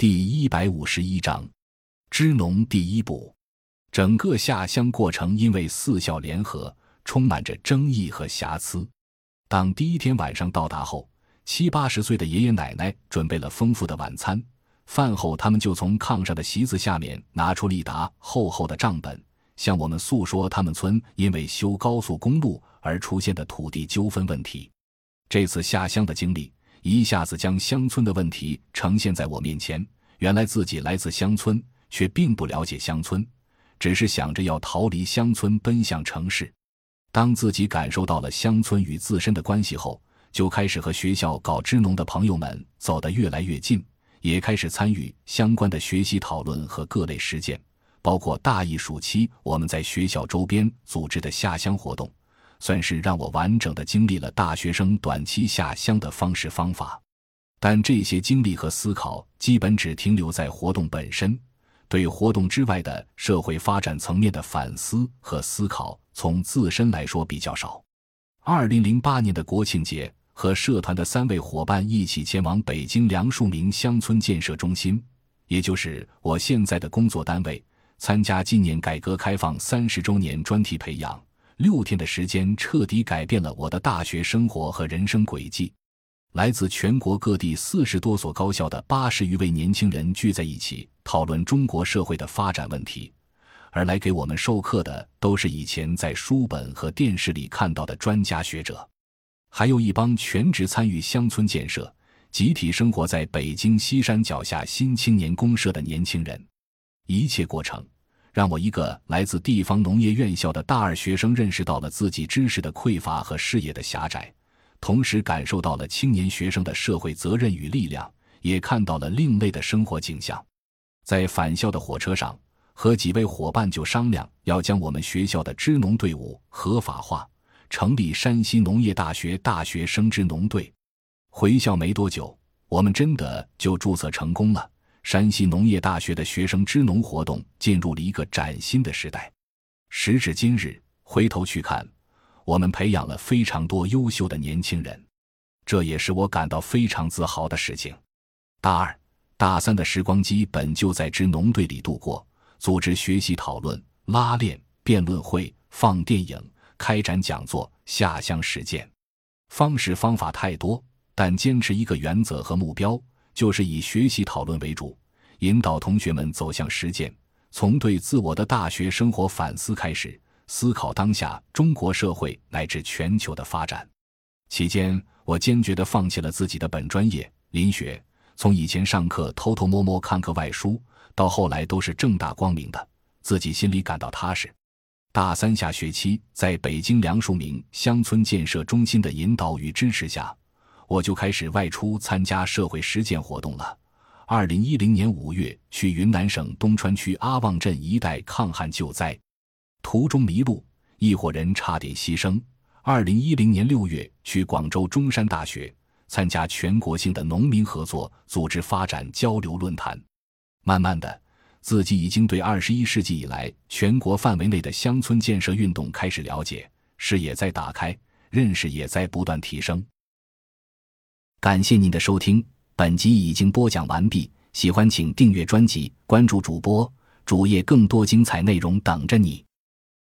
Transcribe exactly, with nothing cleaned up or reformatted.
第一百五十一章，支农第一步。整个下乡过程因为四校联合，充满着争议和瑕疵。当第一天晚上到达后，七八十岁的爷爷奶奶准备了丰富的晚餐，饭后他们就从炕上的席子下面拿出了一沓厚厚的账本，向我们诉说他们村因为修高速公路而出现的土地纠纷问题。这次下乡的经历一下子将乡村的问题呈现在我面前，原来自己来自乡村，却并不了解乡村，只是想着要逃离乡村奔向城市。当自己感受到了乡村与自身的关系后，就开始和学校搞支农的朋友们走得越来越近，也开始参与相关的学习讨论和各类实践，包括大一暑期我们在学校周边组织的下乡活动，算是让我完整地经历了大学生短期下乡的方式方法。但这些经历和思考基本只停留在活动本身，对活动之外的社会发展层面的反思和思考从自身来说比较少。二零零八年的国庆节，和社团的三位伙伴一起前往北京梁漱溟乡村建设中心，也就是我现在的工作单位，参加今年改革开放三十周年专题培养。六天的时间彻底改变了我的大学生活和人生轨迹。来自全国各地四十多所高校的八十余位年轻人聚在一起，讨论中国社会的发展问题，而来给我们授课的都是以前在书本和电视里看到的专家学者，还有一帮全职参与乡村建设、集体生活在北京西山脚下新青年公社的年轻人。一切过程让我一个来自地方农业院校的大二学生认识到了自己知识的匮乏和视野的狭窄，同时感受到了青年学生的社会责任与力量，也看到了另类的生活景象。在返校的火车上，和几位伙伴就商量要将我们学校的支农队伍合法化，成立山西农业大学大学生支农队。回校没多久，我们真的就注册成功了。山西农业大学的学生支农活动进入了一个崭新的时代。时至今日，回头去看，我们培养了非常多优秀的年轻人，这也是我感到非常自豪的事情。大二、大三的时光基本就在支农队里度过，组织学习讨论、拉练、辩论会、放电影、开展讲座、下乡实践。方式方法太多，但坚持一个原则和目标，就是以学习讨论为主，引导同学们走向实践，从对自我的大学生活反思开始，思考当下中国社会乃至全球的发展。期间，我坚决地放弃了自己的本专业林学，从以前上课偷偷摸摸看课外书，到后来都是正大光明的，自己心里感到踏实。大三下学期，在北京梁漱溟乡村建设中心的引导与支持下，我就开始外出参加社会实践活动了。二零一零年五月，去云南省东川区阿旺镇一带抗旱救灾，途中迷路，一伙人差点牺牲。二零一零年六月，去广州中山大学参加全国性的农民合作组织发展交流论坛。慢慢的，自己已经对二十一世纪以来全国范围内的乡村建设运动开始了解，视野在打开，认识也在不断提升。感谢您的收听，本集已经播讲完毕，喜欢请订阅专辑，关注主播，主页更多精彩内容等着你。